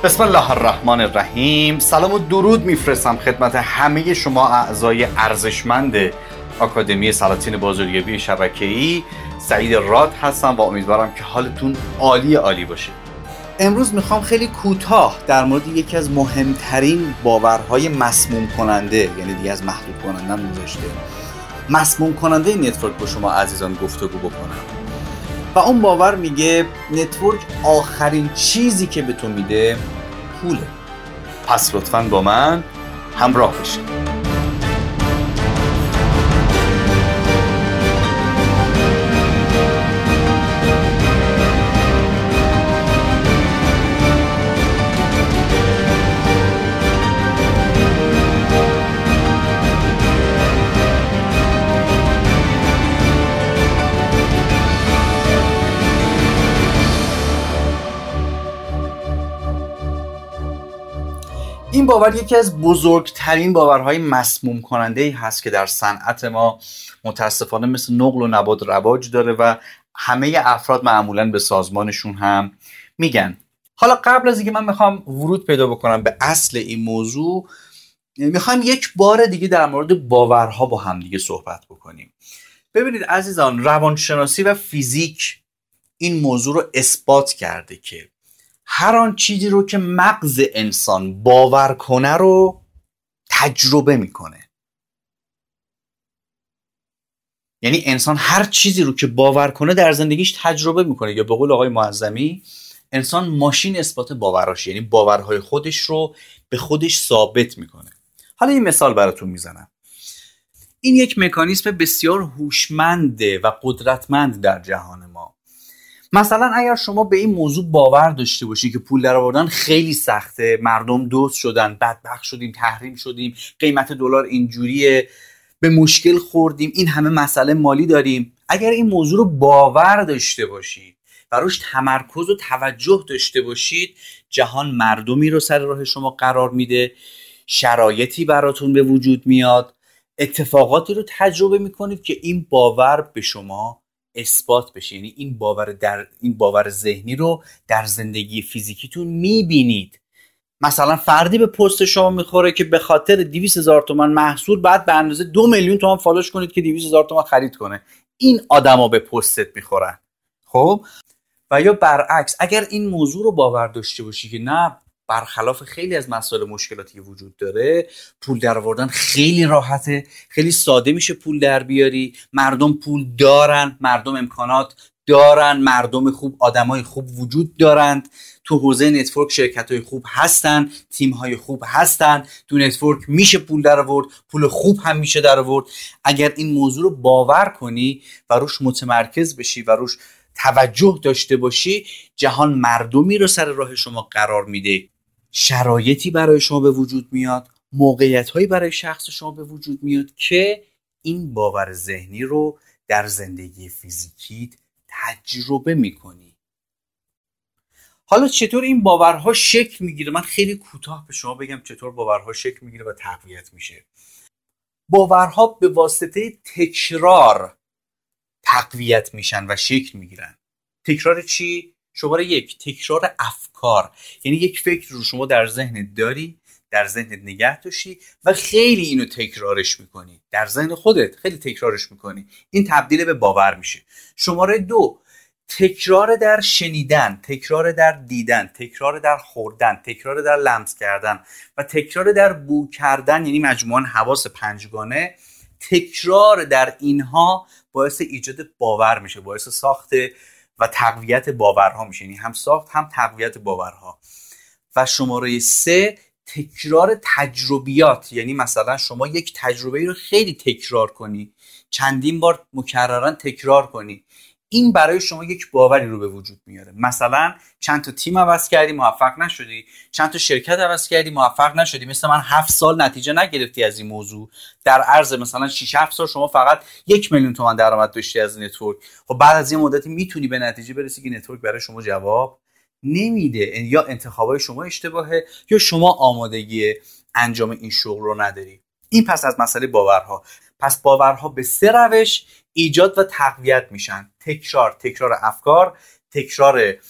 بسم الله الرحمن الرحیم. سلام و درود میفرستم خدمت همه شما اعضای ارزشمند آکادمی سلاطین بازاریابی شبکه‌ای. سعید راد هستم و امیدوارم که حالتون عالی باشه. امروز میخوام خیلی کوتاه در مورد یکی از مهمترین باورهای مسموم کننده، یعنی دیگه از محدود کننده گذشته، مسموم کننده نتورک با شما عزیزان گفتگو بکنم. و اون باور میگه نتورک آخرین چیزی که به تو میده پوله. پس لطفاً با من همراه بشید. این باور یکی از بزرگترین باورهای مسموم کننده‌ای هست که در صنعت ما متاسفانه مثل نقل و نبات رواج داره و همه افراد معمولاً به سازمانشون هم میگن. حالا قبل از اینکه من میخوام ورود پیدا بکنم به اصل این موضوع، میخوام یک بار دیگه در مورد باورها با هم دیگه صحبت بکنیم. ببینید عزیزان، روانشناسی و فیزیک این موضوع رو اثبات کرده که هر آن چیزی رو که مغز انسان باور کنه رو تجربه میکنه. یعنی انسان هر چیزی رو که باور کنه در زندگیش تجربه میکنه، یا به قول آقای معظمی انسان ماشین اثبات باوراش، یعنی باورهای خودش رو به خودش ثابت میکنه. حالا این مثال براتون میزنم. این یک مکانیزم بسیار هوشمنده و قدرتمند در جهان ما. مثلا اگر شما به این موضوع باور داشته باشی که پول درآوردن خیلی سخته، مردم دزد شدن، بدبخت شدیم، تحریم شدیم، قیمت دلار اینجوریه، به مشکل خوردیم، این همه مسئله مالی داریم، اگر این موضوع رو باور داشته باشید و روش تمرکز و توجه داشته باشید، جهان مردمی رو سر راه شما قرار میده، شرایطی براتون به وجود میاد، اتفاقاتی رو تجربه میکنید که این باور به شما اثبات بشه. یعنی این باور ذهنی رو در زندگی فیزیکیتون میبینید. مثلا فردی به پست شما میخوره که به خاطر 200,000 تومان محصول بعد به اندازه 2 میلیون تومان فالوش کنید که 200,000 تومان خرید کنه. این آدما به پستت میخورن. خب و یا برعکس، اگر این موضوع رو باور داشته باشی که نه، برخلاف خیلی از مسائل مشکلاتی که وجود داره، پول در آوردن خیلی راحته، خیلی ساده میشه پول در بیاری، مردم پول دارن، مردم امکانات دارن، مردم خوب، آدمای خوب وجود دارند، تو حوزه نتورک شرکت‌های خوب هستن، تیم‌های خوب هستن، تو نتورک میشه پول در آورد، پول خوب هم میشه در آورد. اگر این موضوع رو باور کنی و روش متمرکز بشی و روش توجه داشته باشی، جهان مردمی رو سر راه شما قرار میده، شرایطی برای شما به وجود میاد، موقعیت‌هایی برای شخص شما به وجود میاد که این باور ذهنی رو در زندگی فیزیکیت تجربه میکنی. حالا چطور این باورها شکل میگیره؟ من خیلی کوتاه به شما بگم چطور باورها شکل میگیره و تقویت میشه. باورها به واسطه تکرار تقویت میشن و شکل میگیرن. تکرار چی؟ شماره 1، تکرار افکار. یعنی یک فکر رو شما در ذهنت داری، در ذهنت نگه داشتی و خیلی اینو تکرارش میکنی، در ذهن خودت خیلی تکرارش میکنی، این تبدیل به باور میشه. شماره 2، تکرار در شنیدن، تکرار در دیدن، تکرار در خوردن، تکرار در لمس کردن و تکرار در بو کردن، یعنی مجموعاً حواس پنجگانه. تکرار در اینها باعث ایجاد باور میشه، باعث ساخت و تقویت باورها میشه، یعنی هم ساخت هم تقویت باورها. و شماره 3، تکرار تجربیات. یعنی مثلا شما یک تجربه رو خیلی تکرار کنی، چندین بار مکررن تکرار کنی، این برای شما یک باوری رو به وجود میاره. مثلا چند تا تیم عوض کردی موفق نشدی، چند تا شرکت عوض کردی موفق نشدی، مثل من 7 سال نتیجه نگرفتی از این موضوع، در عرض مثلا 6-7 سال شما فقط 1 میلیون تومان درآمد داشتی از نتورک. خب بعد از این مدتی میتونی به نتیجه برسی که نتورک برای شما جواب نمیده، یا انتخابای شما اشتباهه یا شما آمادگی انجام این شغل رو نداری. این پس از مسئله باورها. پس باورها به 3 روش ایجاد و تقویت میشن: تکرار افکار، تکرار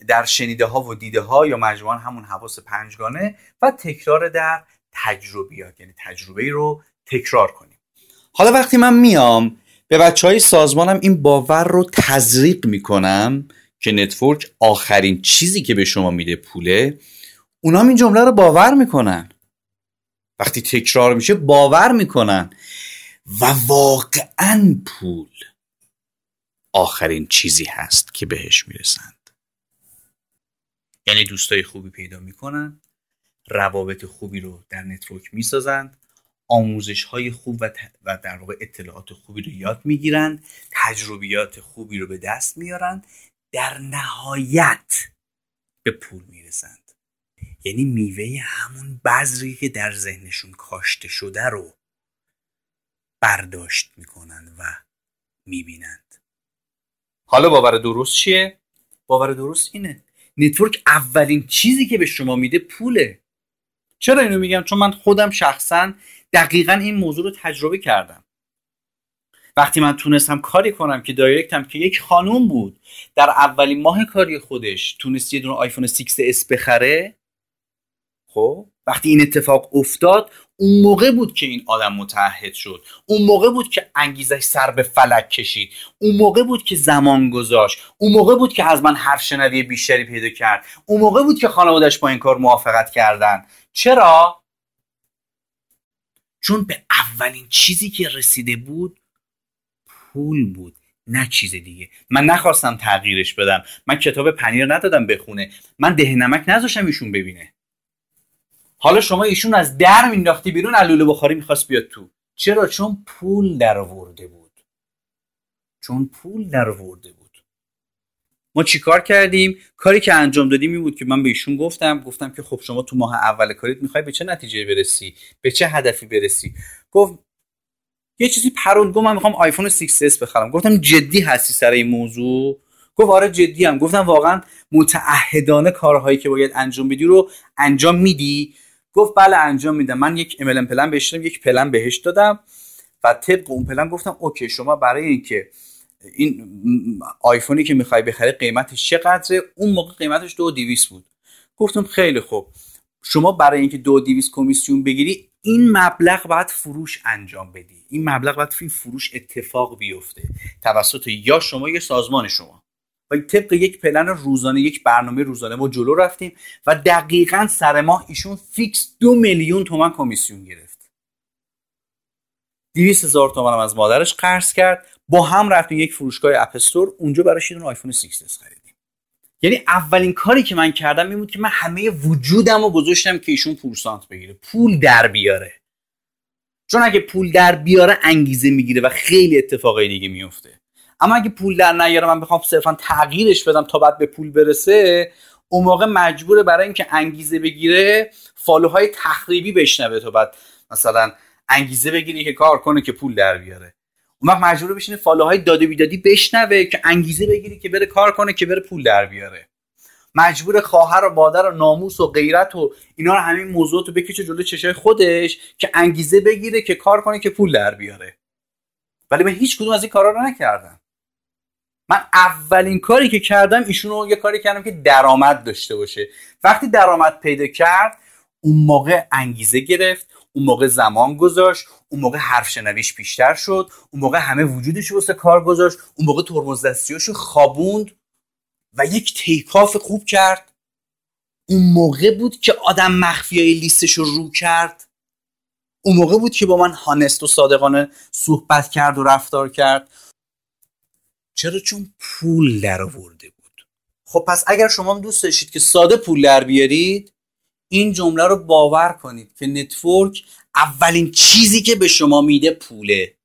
در شنیده ها و دیده ها یا مجموعاً همون حواس پنجگانه و تکرار در تجربیات، یعنی تجربه رو تکرار کنیم. حالا وقتی من میام به بچهای سازمانم این باور رو تزریق میکنم که نتورک آخرین چیزی که به شما میده پوله، اونا این جمله رو باور میکنن. وقتی تکرار میشه باور میکنن و واقعاً پول آخرین چیزی هست که بهش میرسند. یعنی دوستای خوبی پیدا میکنن، روابط خوبی رو در نتورک میسازند، آموزش های خوب و در واقع اطلاعات خوبی رو یاد میگیرند، تجربیات خوبی رو به دست میارند، در نهایت به پول میرسند. یعنی میوه همون بذری که در ذهنشون کاشته شده رو برداشت میکنند و میبینند. حالا باور درست چیه؟ باور درست اینه: نتورک اولین چیزی که به شما میده پوله. چرا اینو میگم؟ چون من خودم شخصا دقیقاً این موضوع رو تجربه کردم. وقتی من تونستم کاری کنم که دایرکتم که یک خانوم بود در اولین ماه کاری خودش تونست یه دونه آیفون 6s بخره، خب وقتی این اتفاق افتاد اون موقع بود که این آدم متعهد شد، اون موقع بود که انگیزش سر به فلک کشید، اون موقع بود که زمان گذاشت، اون موقع بود که از من حرف شنوی بیشتری پیدا کرد، اون موقع بود که خانواده‌اش با این کار موافقت کردن. چرا؟ چون به اولین چیزی که رسیده بود پول بود، نه چیز دیگه. من نخواستم تغییرش بدم، من کتاب پنیر ندادم بخونه، من دهنمک نذاشتم ایشون ببینه. حالا شما ایشون از در مینداختی بیرون، علوله بخاری میخواست بیاد تو. چرا؟ چون پول در آورده بود. ما چیکار کردیم؟ کاری که انجام دادیم این بود که من به ایشون گفتم که خب شما تو ماه اول کاریت میخوای به چه نتیجه برسی، به چه هدفی برسی؟ گفت یه چیزی پرول، گفت من میخوام آیفون 6s بخرم. گفتم جدی هستی سر این موضوع؟ گفت آره جدی ام. گفتم واقعا متعهدانه کارهایی که باید انجام بدی رو انجام میدی؟ گفت بله انجام میدم. من یک MLM پلن بهش دادم، یک پلن بهش دادم و طبق اون پلن گفتم اوکی شما برای اینکه این آیفونی که میخوای بخری قیمتش چقدره؟ اون موقع قیمتش 2200 بود. گفتم خیلی خوب، شما برای اینکه 2200 کمیسیون بگیری این مبلغ باید فروش انجام بدی، این مبلغ باید توی فروش اتفاق بیفته توسط یا شما یا سازمان شما. و طبق یک پلن روزانه، یک برنامه روزانه ما جلو رفتیم و دقیقاً سر ماه ایشون فیکس 2 میلیون تومان کمیسیون گرفت. 200,000 تومان هم از مادرش قرض کرد. با هم رفتیم یک فروشگاه اپستور، اونجا براش یه دونه آیفون 6s خریدیم. یعنی اولین کاری که من کردم این بود که من همه وجودم رو گذاشتم که ایشون پورسانت بگیره، پول در بیاره. چون اگه پول در بیاره انگیزه میگیره و خیلی اتفاقای دیگه میفته. اما اگه پول در نیاره، من بخوام صرفا تغییرش بدم تا بعد به پول برسه، اون موقع مجبوره برای اینکه انگیزه بگیره فالوهای تخریبی بشنوه تا بعد مثلا انگیزه بگیره که کار کنه که پول در بیاره. اون وقت مجبوره بشینه فالوهای داده بیدادی بشنوه که انگیزه بگیره که بره کار کنه که بره پول در بیاره. مجبور خواهر و مادر و ناموس و غیرت و اینا رو، همین موضوعات رو بکشه جلوی چشای خودش که انگیزه بگیره که کار کنه که پول در بیاره. ولی من هیچ کدوم از این کارا رو نکردم. من اولین کاری که کردم ایشونو یه کاری کردم که درآمد داشته باشه. وقتی درآمد پیدا کرد اون موقع انگیزه گرفت، اون موقع زمان گذاشت، اون موقع حرف شنویش بیشتر شد، اون موقع همه وجودش رو واسه کار گذاشت، اون موقع ترمز دستیاشو خوابوند و یک تیکاف خوب کرد. اون موقع بود که آدم مخفیای لیستش رو کرد. اون موقع بود که با من هانست و صادقانه صحبت کرد و رفتار کرد. چرا؟ چون پول در آورده بود. خب پس اگر شما هم دوست داشتید که ساده پول در بیارید، این جمله رو باور کنید که نتورک اولین چیزی که به شما میده پوله.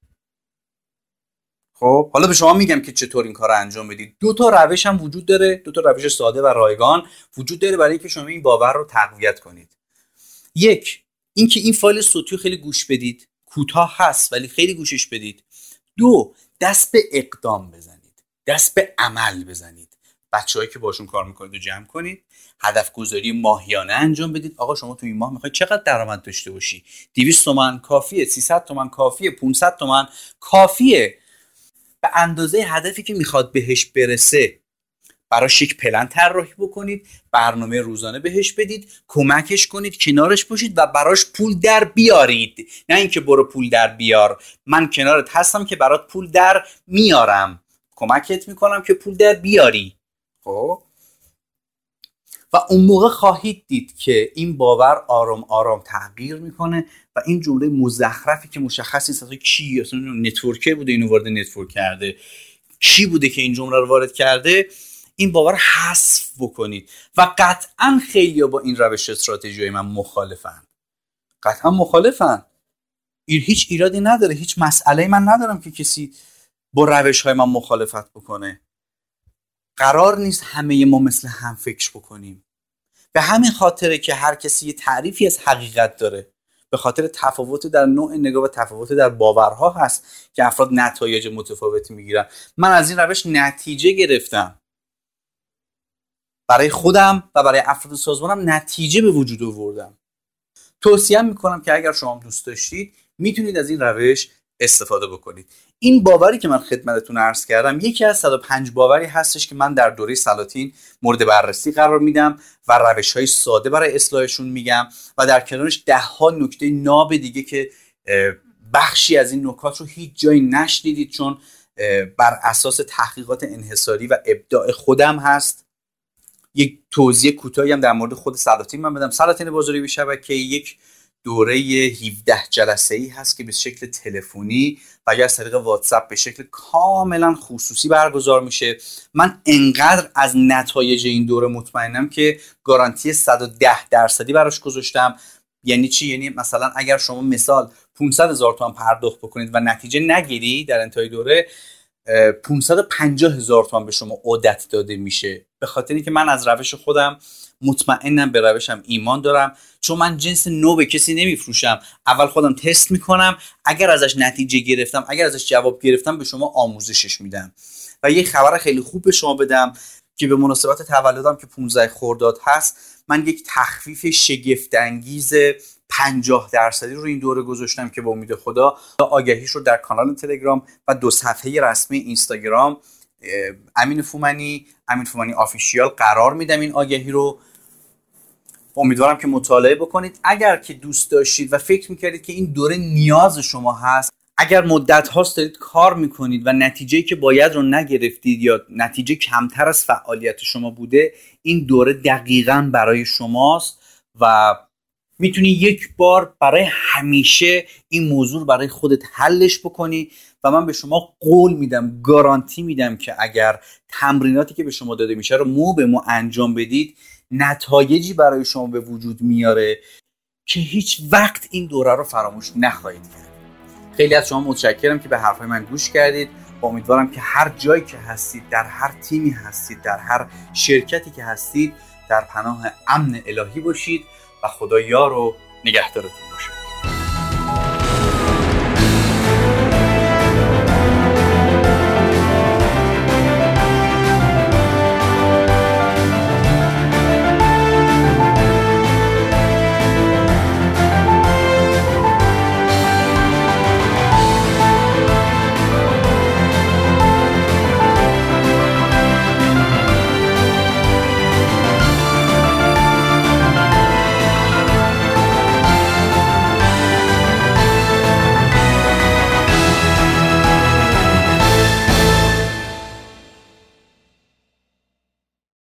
خب حالا به شما میگم که چطور این کار رو انجام بدید. 2 تا روش هم وجود داره، 2 تا روش ساده و رایگان وجود داره برای اینکه شما این باور رو تقویت کنید. یک، اینکه این فایل صوتی رو خیلی گوش بدید، کوتاه هست ولی خیلی گوشش بدید. 2، دست به اقدام بزنید، دست به عمل بزنید. بچه‌هایی که باشون کار میکنید رو جمع کنید، هدف گذاری ماهیانه انجام بدید. آقا شما تو این ماه میخوای چقدر درآمد داشته باشی؟ 200 تومن کافیه، 300 تومن کافیه، 500 تومن کافیه. به اندازه هدفی که میخواد بهش برسه براش یک پلن طراحی بکنید، برنامه روزانه بهش بدید، کمکش کنید، کنارش باشید و براش پول در بیارید. نه اینکه برو پول در بیار، من کنارت هستم که برات پول در میارم، کمکت میکنم که پول در بیاری. خب و اون موقع خواهید دید که این باور آرام آرام تغییر میکنه و این جمله مزخرفی که مشخص نیست کی اصلا نتورکر بوده اینو وارد نتورک کرده، کی بوده که این جمله رو وارد کرده، این باور حذف بکنید. و قطعا خیلیا با این روش استراتژی من مخالفن، قطعا مخالفن. هیچ ایرادی نداره، هیچ مسئله من ندارم که کسی با روش های من مخالفت بکنه. قرار نیست همه ما مثل هم فکر بکنیم. به همین خاطره که هر کسی یه تعریفی از حقیقت داره، به خاطر تفاوت در نوع نگاه و تفاوت در باورها هست که افراد نتایج متفاوتی میگیرن. من از این روش نتیجه گرفتم، برای خودم و برای افراد سازمانم نتیجه به وجود آوردم. توصیه میکنم که اگر شما دوست داشتید میتونید از این روش استفاده بکنید. این باوری که من خدمتتون عرض کردم یکی از 105 باوری هستش که من در دوره سلاطین مورد بررسی قرار میدم و روش‌های ساده برای اصلاحشون میگم و در کنارش 10 نکته ناب دیگه که بخشی از این نکات رو هیچ جایی نشنیدید چون بر اساس تحقیقات انحصاری و ابداع خودم هست. یک توضیح کوتاهی هم در مورد خود سلاطین من بدم. سلاطین بازاریابی شبکه‌ای یک دوره 17 جلسه‌ای هست که به شکل تلفنی و یا از طریق واتساپ به شکل کاملا خصوصی برگزار میشه. من انقدر از نتایج این دوره مطمئنم که گارانتی 110% براش گذاشتم. یعنی چی؟ یعنی مثلا اگر شما مثال 500,000 تومان پرداخت بکنید و نتیجه نگیری در انتهای دوره 550,000 تومان به شما عدت داده میشه. به خاطر اینکه من از روش خودم مطمئنم، به روشم ایمان دارم، چون من جنس نو به کسی نمیفروشم. اول خودم تست میکنم، اگر ازش نتیجه گرفتم، اگر ازش جواب گرفتم، به شما آموزشش میدم. و یه خبر خیلی خوب به شما بدم که به مناسبت تولدم که 15 خرداد هست، من یک تخفیف شگفت انگیز 50% رو این دوره گذاشتم که با امید خدا آگهیش رو در کانال تلگرام و 2 صفحه رسمی اینستاگرام امین فومنی آفیشیال قرار میدم. این آگهی رو امیدوارم که مطالعه بکنید. اگر که دوست داشتید و فکر میکردید که این دوره نیاز شما هست، اگر مدت هاست دارید کار میکنید و نتیجه‌ای که باید رو نگرفتید یا نتیجه کمتر از فعالیت شما بوده، این دوره دقیقاً برای شماست و میتونی یک بار برای همیشه این موضوع برای خودت حلش بکنی. و من به شما قول میدم، گارانتی میدم که اگر تمریناتی که به شما داده میشه رو مو به مو انجام بدید، نتایجی برای شما به وجود میاره که هیچ وقت این دوره رو فراموش نخواهید کرد. خیلی از شما متشکرم که به حرفای من گوش کردید. امیدوارم که هر جایی که هستید، در هر تیمی هستید، در هر شرکتی که هستید، در پناه امن الهی باشید و خدا یار و نگهدارتون باشه.